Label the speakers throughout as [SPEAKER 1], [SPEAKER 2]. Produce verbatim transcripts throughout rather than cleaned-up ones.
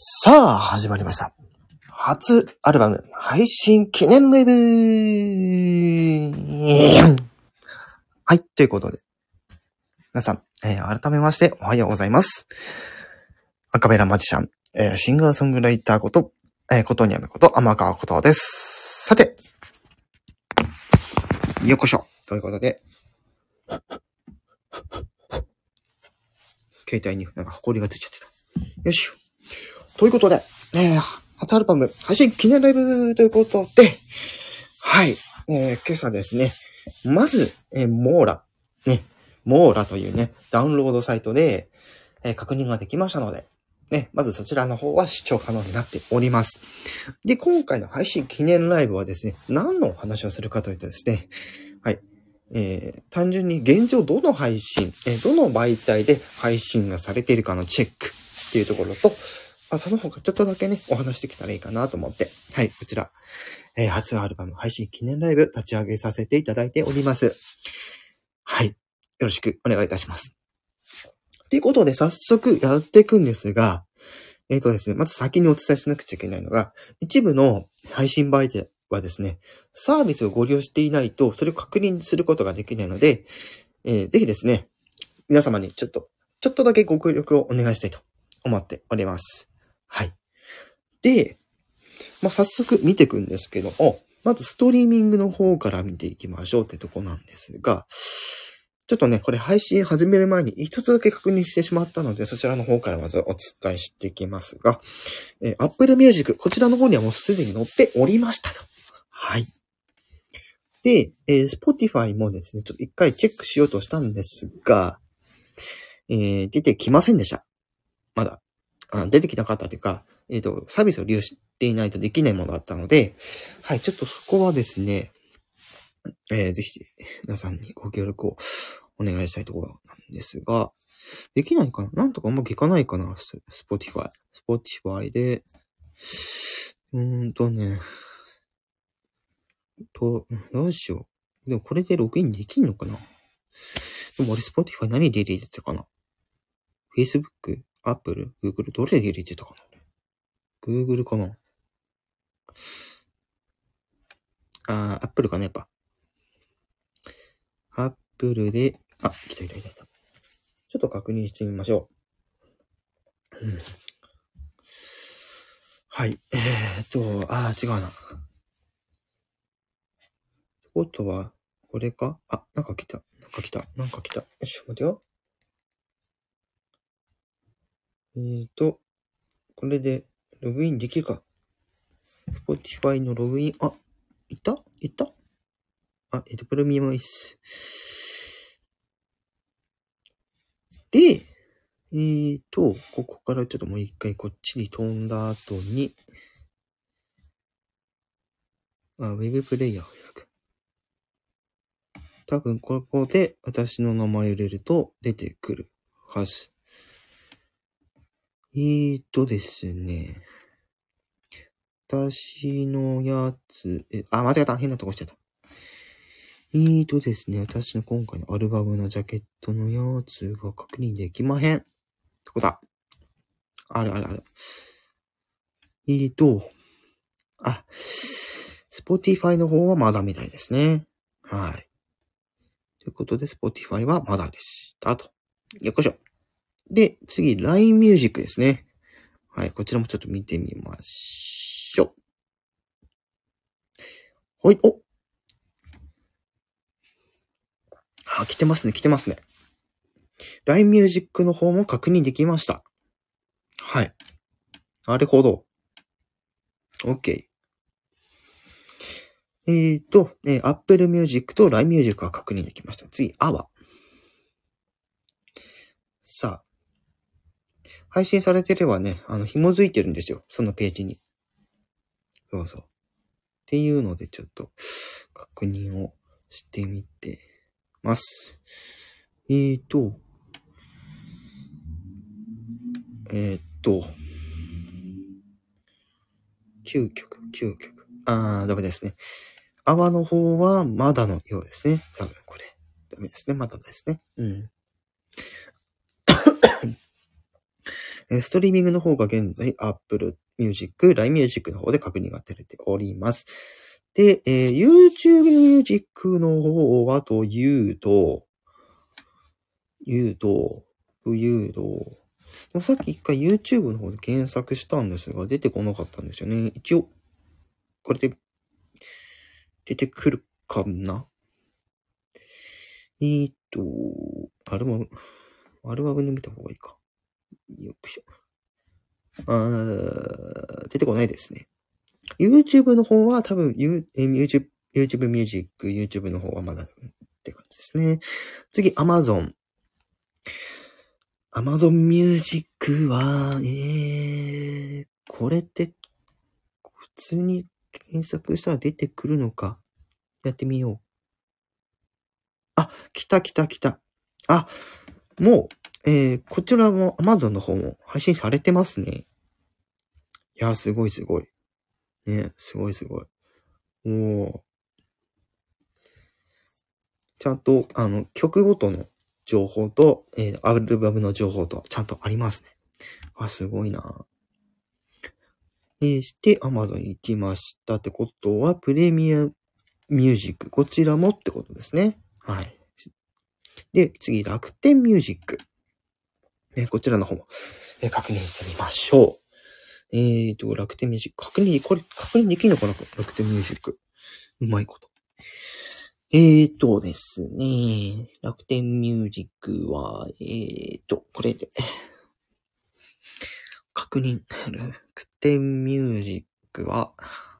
[SPEAKER 1] さあ、始まりました。初アルバム配信記念ライブはい、ということで。皆さん、えー、改めましておはようございます。アカペラマジシャン、えー、シンガーソングライターこと、えー、ことにゃむこと、天川ことです。さて、よっこしょ。ということで、携帯になんか埃がついちゃってた。よいしょ。ということで、えー、初アルバム配信記念ライブということで、はい、えー、今朝ですね、まず、えー、モーラ、ね、モーラというね、ダウンロードサイトで、えー、確認ができましたので、ね、まずそちらの方は視聴可能になっております。で、今回の配信記念ライブはですね、何のお話をするかというとですね、はい、えー、単純に現状どの配信、えー、どの媒体で配信がされているかのチェックっていうところと、あその他ちょっとだけね、お話できたらいいかなと思って、はい、こちら、えー、初アルバム配信記念ライブ立ち上げさせていただいております。はい。よろしくお願いいたします。ということで、早速やっていくんですが、えっとですね、まず先にお伝えしなくちゃいけないのが、一部の配信媒体はですね、サービスをご利用していないと、それを確認することができないので、えー、ぜひですね、皆様にちょっと、ちょっとだけご協力をお願いしたいと思っております。はい。で、まあ、早速見ていくんですけども、まずストリーミングの方から見ていきましょうってとこなんですが、ちょっとね、これ配信始める前に一つだけ確認してしまったので、そちらの方からまずお伝えしていきますが、えー、Apple Music、こちらの方にはもうすでに載っておりましたと。はい。で、えー、Spotify もですね、ちょっと一回チェックしようとしたんですが、えー、出てきませんでした。まだ。あ出てきなかったというか、えっと、サービスを利用していないとできないものだったので、はい、ちょっとそこはですね、えー、ぜひ、皆さんにご協力をお願いしたいところなんですが、できないかななんとかうまくいかないかなスポティファイ。スポティファイで、うーんとね、と、どうしよう。でもこれでログインできんのかなでも俺スポティファイ何で入れてたかな ?Facebook、Apple、Google、どれで入れてたかな ?Google かなあー、Apple かなやっぱ。Apple で、あ、来た来た来た来た。ちょっと確認してみましょう。うん、はい。えーっと、あー、違うな。ってことは、これかあ、なんか来た。なんか来た。なんか来た。よし、待てよ。えーと、これで、ログインできるか。Spotify のログイン、あ、いったいったあ、えっと、プレミアムイス。で、えーと、ここからちょっともう一回こっちに飛んだ後に、あ、ウェブプレイヤーを開く。多分ここで私の名前を入れると出てくるはず。えーとですね。私のやつ、え、あ、間違えた。変なとこしちゃった。えーとですね。私の今回のアルバムのジャケットのやつが確認できまへん。どこだあるあるある。えーと、あ、Spotify の方はまだみたいですね。はい。ということで、Spotify はまだでした。と。よっこいしょ。で、次、ライン Music ですね。はい。こちらもちょっと見てみましょう。ほい、おあ、来てますね、来てますね。ライン Music の方も確認できました。はい。なるほど。OK。えーと、えー、Apple Music と ライン Music は確認できました。次、アワ。さあ。配信されてればね、あの、紐づいてるんですよ。そのページに。そうそう。っていうので、ちょっと、確認をしてみてます。えーと、えーっと、きゅうきょく、きゅうきょく。あー、ダメですね。アワの方はまだのようですね。多分これ。ダメですね。まだですね。うん。 えーストリーミングの方が現在 Apple Music、ライン Music の方で確認が取れております。で、えー YouTube Music の方はというと、言うと、言うと、でもさっき一回 YouTube の方で検索したんですが、出てこなかったんですよね。一応、これで出てくるかな。えーっと、アルバム、アルバムで見た方がいいか。よくしょ。あー、出てこないですね。YouTube の方は多分、ユー、YouTube、YouTube Music、YouTube の方はまだって感じですね。次、Amazon。Amazon Music は、えー、これって普通に検索したら出てくるのか。やってみよう。あ、来た来た来た。あ、もう、えー、こちらも Amazon の方も配信されてますね。いや、すごいすごい。ね、すごいすごい。おー。ちゃんと、あの、曲ごとの情報と、えー、アルバムの情報とちゃんとありますね。あ、すごいな。えー、して、Amazon に行きましたってことは、プレミアミュージック。こちらもってことですね。はい。で、次、楽天ミュージック。えー、こちらの方も、えー、確認してみましょう。えーと、楽天ミュージック。確認、これ、確認できるのかな楽天ミュージック。うまいこと。えーとですね。楽天ミュージックは、えーと、これで、確認。楽天ミュージックは、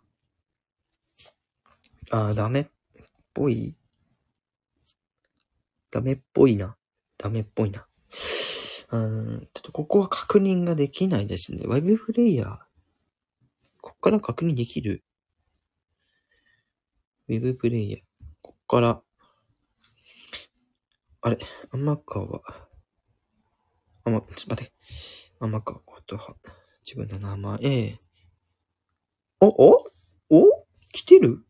[SPEAKER 1] あー、ダメっぽい。ダメっぽいな。ダメっぽいな。うーん、ちょっとここは確認ができないですね。Web プレイヤー。ここから確認できる ?Web プレイヤー。ここから、あれ、天川。あま、ちょっと待って。天川ことは、自分の名前。お、おお来てる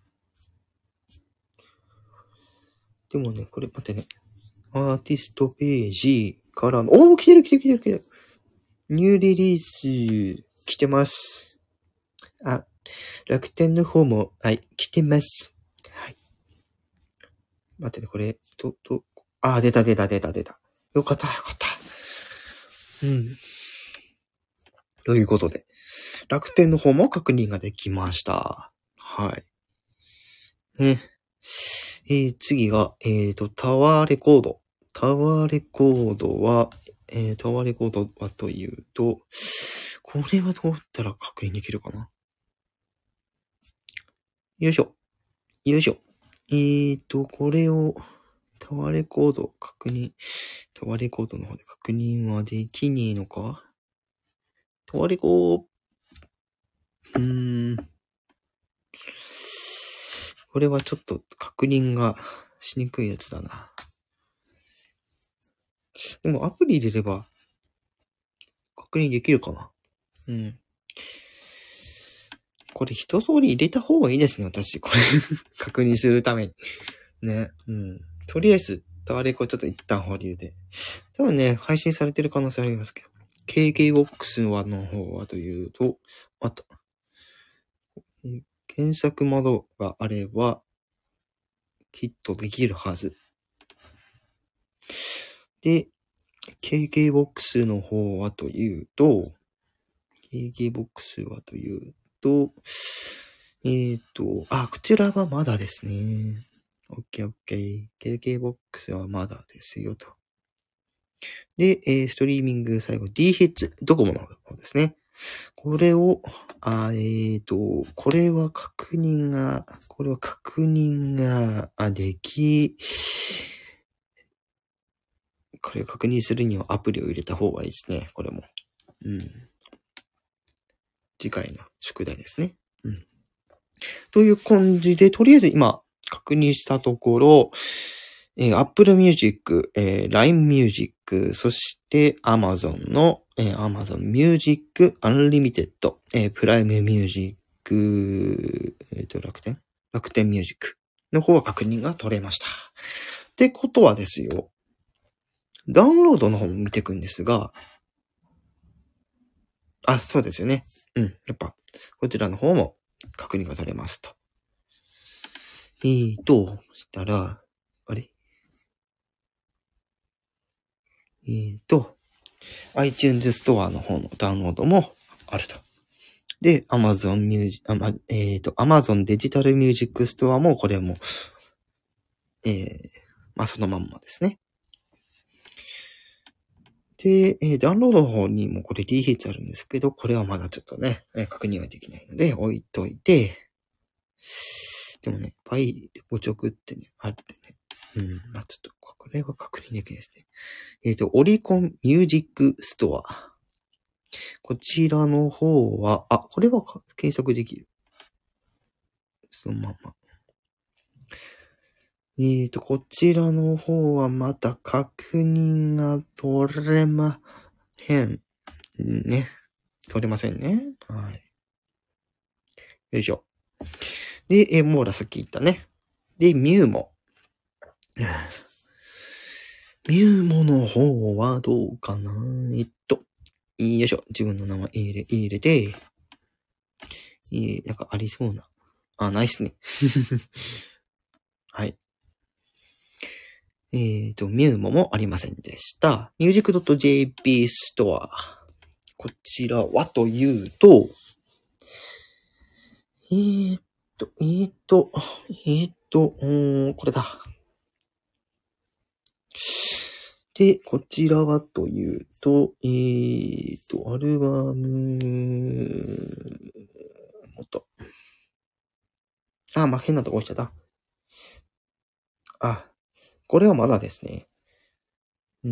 [SPEAKER 1] でもね、これ待ってね。アーティストページからの、おー来てる来てる来てる来てる。ニューリリース来てます。あ、楽天の方も、はい、来てます。はい。待ってね、これ、と、と、あ、出た出た出た出た。よかったよかった。うん。ということで、楽天の方も確認ができました。はい。ね。えー、次が、えーと、タワーレコード。タワーレコードは、えー、タワーレコードはというと、これはどうやったら確認できるかな？よいしょ。よいしょ。えーと、これを、タワーレコード確認、タワーレコードの方で確認はできねえのか？タワーレコー、うーん。これはちょっと確認がしにくいやつだな。でもアプリ入れれば確認できるかな？うん。これ一通り入れた方がいいですね、私。これ確認するために。ね。うん。とりあえず、タワレコちょっと一旦保留で。多分ね、配信されてる可能性ありますけど。ケーケーボックス はの方はというと、あと、検索窓があれば、きっとできるはず。で、ケーケーボックス の方はというと、ケーケーボックス はというと、えーと、あ、こちらはまだですね。OK, OK. ケーケーボックス はまだですよと。で、えー、ストリーミング最後 D ヒッツ、ドコモの方ですね。これを、あ、えーと、これは確認が、これは確認が、あ、でき、これを確認するにはアプリを入れた方がいいですね。これも。うん。次回の宿題ですね。うん。という感じで、とりあえず今確認したところ、えー、Apple Music、えー、ライン Music、そして Amazon の、えー、Amazon Music Unlimited、えー、プライムミュージック、えっと、楽天楽天ミュージックの方は確認が取れました。ってことはですよ、ダウンロードの方も見ていくんですが、 あ、そうですよね。うん。やっぱ、こちらの方も確認がされますと。えーと、そしたら、あれえーと、iTunes ストアの方のダウンロードもあると。で、Amazon Music、あま、えーと、Amazon デジタルミュージックストアもこれも、えー、まあ、そのまんまですね。で、えー、ダウンロードの方にもこれ D ヒッツあるんですけど、これはまだちょっとね、えー確認はできないので置いといて、でもね、バイご直ってね、あってね。うん、まあ、ちょっと、これは確認できないですね。えっと、オリコンミュージックストア。こちらの方は、あ、これはか検索できる。そのまま。えっと、こちらの方はまだ確認が取れまへん。ね。取れませんね。はい。よいしょ。で、え、モーラさっき言ったね。で、ミューモ。ミューモの方はどうかなえっと、よいしょ。自分の名前入れ、入れて、えー、なんかありそうな。あ、ないっすね。はい。えっと、ミューモもありませんでした。ミュージック ドット ジェーピー ストア。こちらはというと、えーっと、えーっと、えーっと、うーん、これだ。で、こちらはというと、えーっと、アルバム、もっと。あ、まあ、変なとこ押しちゃった。あ、これはまだですね。うん。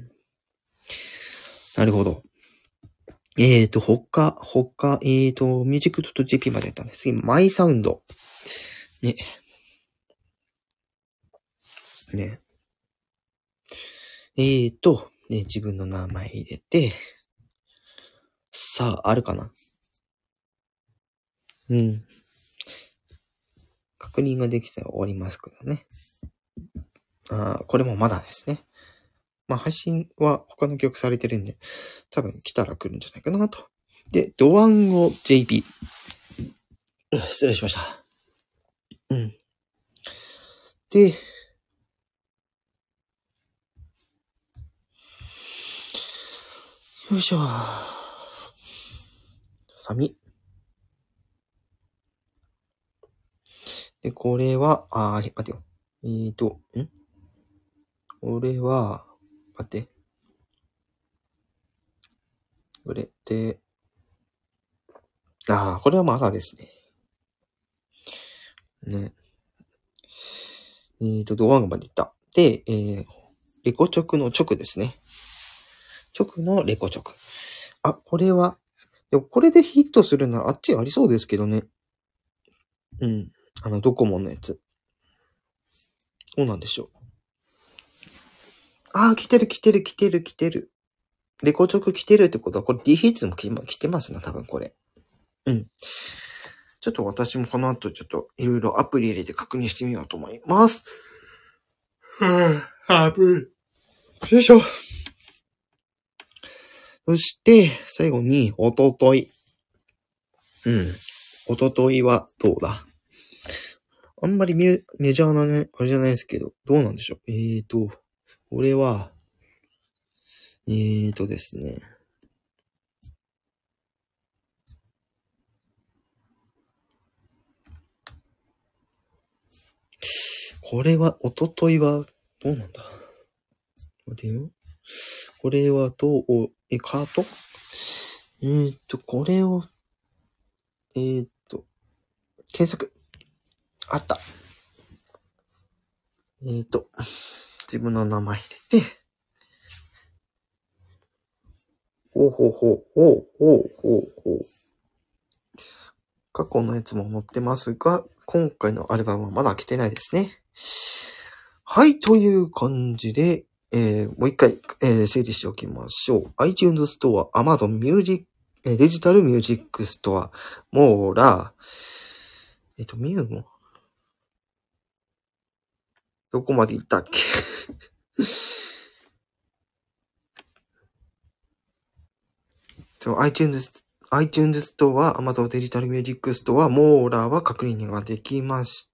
[SPEAKER 1] なるほど。えーと、他、他、えーと、ミュージック ドット ジェーピー までやったんです。次、マイサウンド。ね。ね。えーと、ね、自分の名前入れて、さあ、あるかな？うん。確認ができたら終わりますけどね。あー、これもまだですね。まあ、配信は他の曲されてるんで、多分来たら来るんじゃないかなと。で、ドワンゴ ジェーピー。失礼しました。うん。で、よいしょ。サミ。で、これは、あー、待てよ。えーと、んこれは、待って。これで、ああ、これはまだですね。ね。えーと、ドワンゴまで行った。で、えー、レコチョクのチョクですね。チョクのレコチョク。あ、これは、でもこれでヒットするならあっちありそうですけどね。うん。あの、ドコモのやつ。どうなんでしょう。ああ、来てる来てる来てる来てる。レコチョク来てるってことは、これ D ヒッツも来てますな、多分これ。うん。ちょっと私もこの後ちょっといろいろアプリ入れて確認してみようと思います。はぁ、アプリ。よいしょ。そして、最後に、おととい。うん。おとといはどうだ？あんまりメメジャーなね、あれじゃないですけど、どうなんでしょう。えーと、これは、えーとですね。これは、おとといは、どうなんだ？待てよ。これはどう、え、カート？えーと、これを、えーと、検索。あった。えーと、自分の名前入れて、ほうほうほう、ほうほうほうほう。過去のやつも載ってますが、今回のアルバムはまだ来てないですね。はい、という感じで、えー、もう一回、えー、整理しておきましょう。iTunes ストア、Amazon Music、えー、デジタルミュージックストア、モーラ、えっと、ミューもどこまで行ったっけそう、iTunes、 iTunes ストア、Amazon デジタルミュージックストア、モーラーは確認ができました。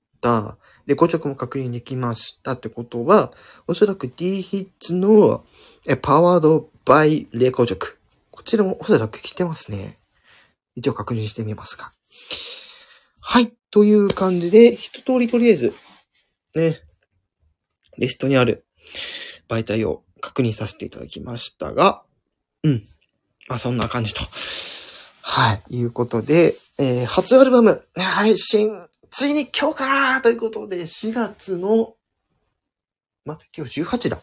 [SPEAKER 1] レコチョクも確認できましたってことは、おそらく D ヒッツのえパワードバイレコチョク。こちらもおそらく来てますね。一応確認してみますが。はい。という感じで、一通りとりあえず、ね、リストにある媒体を確認させていただきましたが、うん。まあそんな感じと。はい。いうことで、えー、初アルバム、配信、ついに今日からということで、しがつの、待って、今日じゅうはちだ。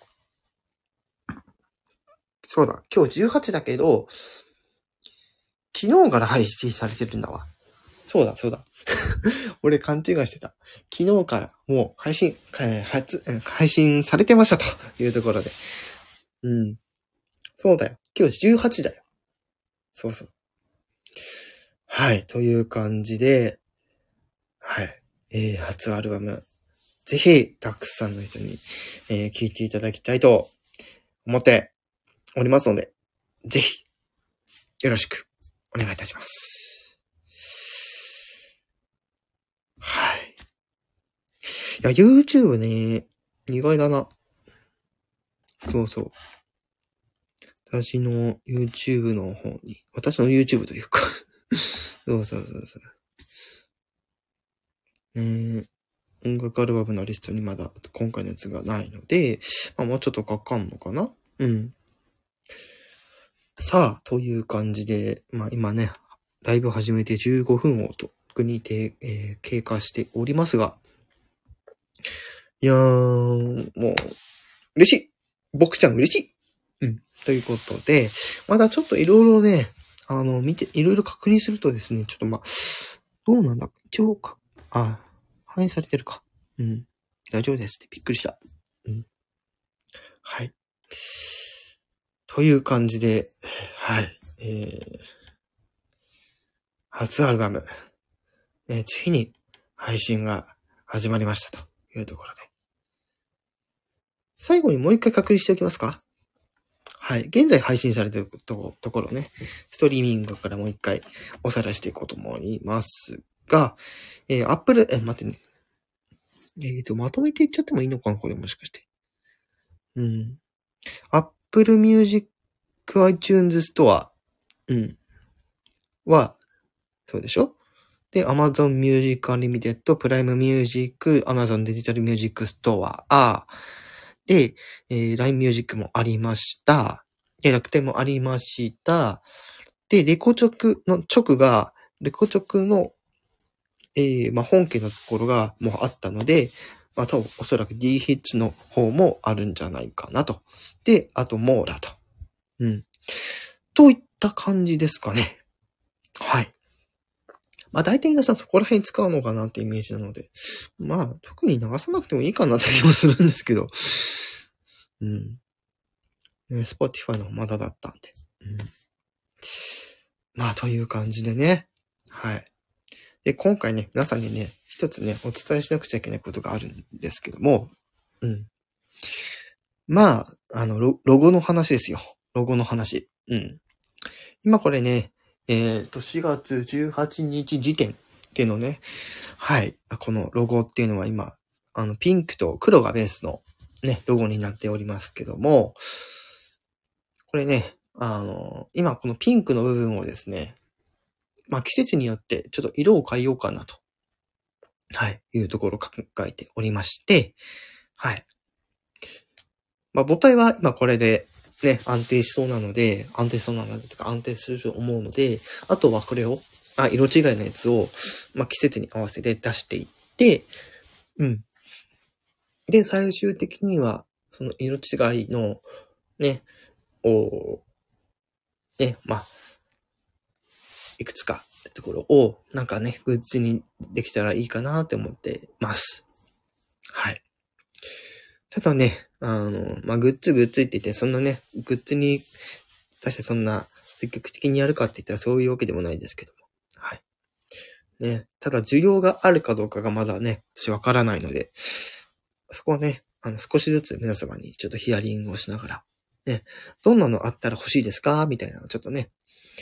[SPEAKER 1] そうだ、今日じゅうはちだけど、昨日から配信されてるんだわ。そうだ、そうだ。俺勘違いしてた。昨日からもう配信、えー初、えー配信されてましたというところで。うん。そうだよ。今日じゅうはちだよ。そうそう。はい。という感じで、はい。えー、初アルバム、ぜひ、たくさんの人に、えー、聴いていただきたいと思っておりますので、ぜひ、よろしくお願いいたします。はい。いや、YouTube ね、意外だな。そうそう。私の YouTube の方に、私の YouTube というか、そうそうそうそう。ねえ、音楽アルバムのリストにまだ今回のやつがないので、まあ、もうちょっとかかんのかな？うん。さあ、という感じで、まあ今ね、ライブ始めてじゅうごふんをとっくにて、えー、経過しておりますが、いやー、もう、嬉しい僕ちゃん嬉しいうん。ということで、まだちょっといろいろね、あの、見て、いろいろ確認するとですね、ちょっとまあ、どうなんだ一応か、あ、反映されてるか。うん。大丈夫ですってびっくりした。うん。はい。という感じで、はい。えー、初アルバム、えー、ついに配信が始まりましたというところで。最後にもう一回確認しておきますか？はい。現在配信されているところね、ストリーミングからもう一回おさらいしていこうと思いますが、えー、Apple、え、待ってね。えっと、まとめて言っちゃってもいいのかなこれもしかして。うん。Apple Music iTunes Store、うん。は、そうでしょ？で、Amazon Music Unlimited、Prime Music、Amazon Digital Music Store、で、えー、ライン Music もありました。で、楽天もありました。で、レコチョクの直が、レコチョクの、えー、まあ、本家のところがもうあったので、まあ、多分おそらく D ヒッツの方もあるんじゃないかなと。で、あとモーラと。うん。といった感じですかね。はい。まあ大体皆さんそこら辺使うのかなってイメージなので、まあ特に流さなくてもいいかなって気もするんですけど、うん。ね、Spotify の方まだだったんで。うん、まあという感じでね。はい。で、今回ね、皆さんにね、一つね、お伝えしなくちゃいけないことがあるんですけども、うん。まあ、あのロ、ロゴの話ですよ。ロゴの話。うん。今これね、えっと、しがつじゅうはちにち時点っていうのね、はい。このロゴっていうのは今、あの、ピンクと黒がベースのね、ロゴになっておりますけども、これね、あの、今このピンクの部分をですね、まあ季節によってちょっと色を変えようかなと、はい、いうところを考えておりまして、はい。まあ母体は今これでね、安定しそうなので、安定しそうなので、とか安定すると思うので、あとはこれを、あ、色違いのやつを、まあ季節に合わせて出していって、うん。で、最終的には、その色違いの、ね、を、ね、まあ、いくつかってところを、なんかね、グッズにできたらいいかなって思ってます。はい。ただね、あの、まあ、グッズグッズって言って、そんなね、グッズに対してそんな積極的にやるかって言ったらそういうわけでもないですけども。はい。ね、ただ需要があるかどうかがまだね、私わからないので、そこはね、あの、少しずつ皆様にちょっとヒアリングをしながら、ね、どんなのあったら欲しいですかみたいなのをちょっとね、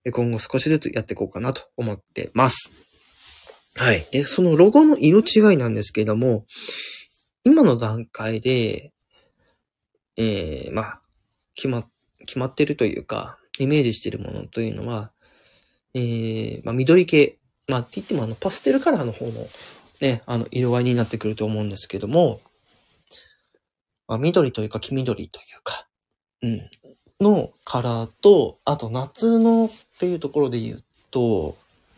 [SPEAKER 1] 今後少しずつやっていこうかなと思ってます。はい。で、そのロゴの色違いなんですけども、今の段階で、えー、まあ、決ま、決まってるというか、イメージしてるものというのは、えー、まあ、緑系。まあ、って言ってもあの、パステルカラーの方のね、あの、色合いになってくると思うんですけども、まあ、緑というか黄緑というか、うん、のカラーと、あと夏のっていうところで言うと、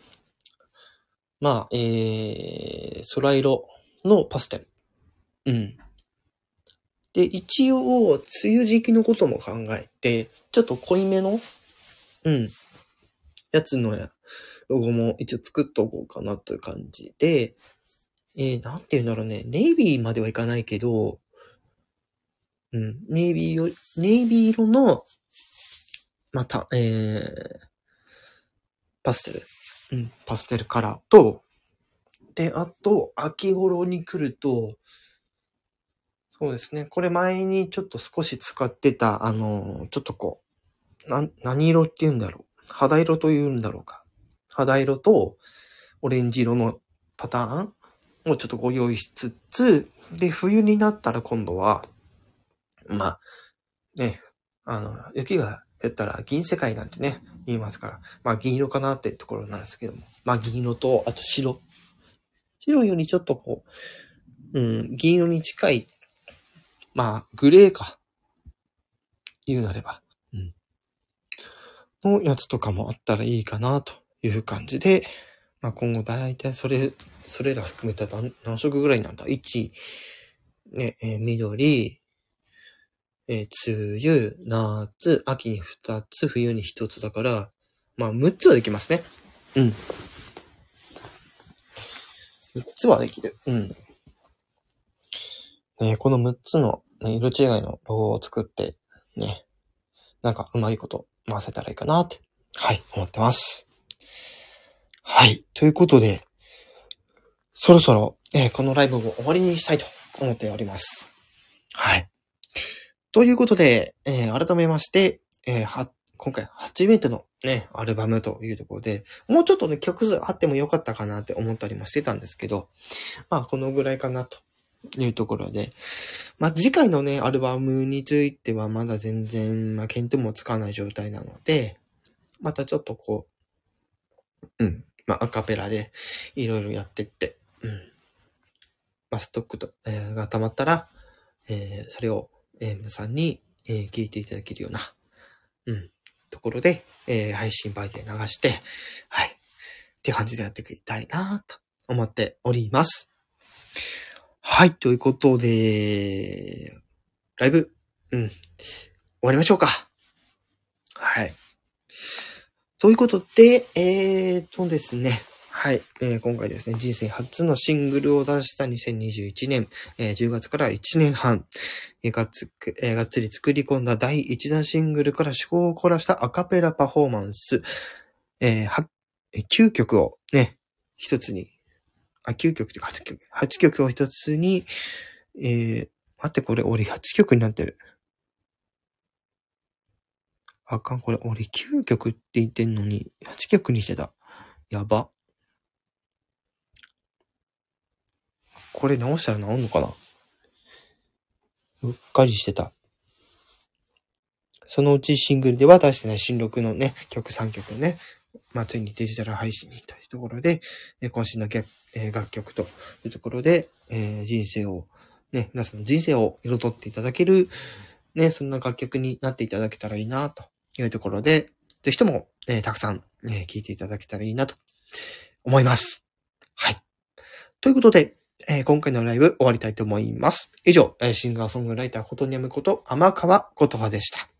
[SPEAKER 1] まあ、えー、空色のパステル。うん。で、一応、梅雨時期のことも考えて、ちょっと濃いめの、うん、やつのロゴも一応作っとこうかなという感じで、えー、なんて言うんだろうね、ネイビーまではいかないけど、うん、ネイビーよ、ネイビー色の、また、えー、パステル。うん、パステルカラーと、で、あと、秋頃に来ると、そうですね、これ前にちょっと少し使ってた、あの、ちょっとこう、な、何色って言うんだろう。肌色と言うんだろうか。肌色とオレンジ色のパターンをちょっとご用意しつつ、で、冬になったら今度は、まあ、ね、あの、雪が降ったら銀世界なんてね、言いますから、まあ銀色かなってところなんですけども、まあ銀色と、あと白。白よりちょっとこう、うん、銀色に近い、まあ、グレーか。言うなれば。うん。のやつとかもあったらいいかなという感じで、まあ今後だいたいそれ、それら含めたら何色ぐらいなんだ ?いち、ね、えー、緑、えー、梅雨、夏、秋にふたつ、冬にひとつだから、まあむっつはできますね。うん。むっつはできる。うん。ね、このむっつの、ね、色違いのロゴを作って、ね、なんかうまいこと回せたらいいかなって、はい、思ってます。はい。ということで、そろそろ、えー、このライブを終わりにしたいと思っております。はい。ということで、えー、改めまして、えー、は、今回初めてのね、アルバムというところで、もうちょっとね、曲数あってもよかったかなって思ったりもしてたんですけど、まあ、このぐらいかなというところで、まあ、次回のね、アルバムについてはまだ全然、まあ、見当もつかない状態なので、またちょっとこう、うん、まあ、アカペラでいろいろやってって、うん、まあ、ストックと、えー、が溜まったら、えー、それを、えー、皆さんに、えー、聞いていただけるような、うん、ところで、えー、配信媒体流して、はい、っていう感じでやっていきたいなと思っております。はい、ということで、ライブ、うん、終わりましょうか。はい。ということで、えーとですね、はい、えー、今回ですね、人生初のシングルを出したにせんにじゅういちねん、えー、じゅうがつからいちねんはん、えー、がっつく、えー、がっつり作り込んだだいいちだんシングルから趣向を凝らしたアカペラパフォーマンス、えー、は、きゅうきょくをね、一つに、あ、きゅうきょくというかはちきょく、はちきょくを一つに、えー、待って、これ俺はちきょくになってる。あかん、これ俺きゅうきょくって言ってんのにはちきょくにしてた。やば。これ直したら直んのかな？うっかりしてた。そのうちシングルでは出してない新録のね、曲さんきょくね、まあ、ついにデジタル配信にというところで、えー、渾身の楽、えー、楽曲というところで、えー、人生を、ね、皆さんの人生を彩っていただける、ね、そんな楽曲になっていただけたらいいな、というところで、ぜひとも、えー、たくさん、ね、聴いていただけたらいいな、と思います。はい。ということで、えー、今回のライブ終わりたいと思います。以上、シンガーソングライターことにゃむこと天川ことはでした。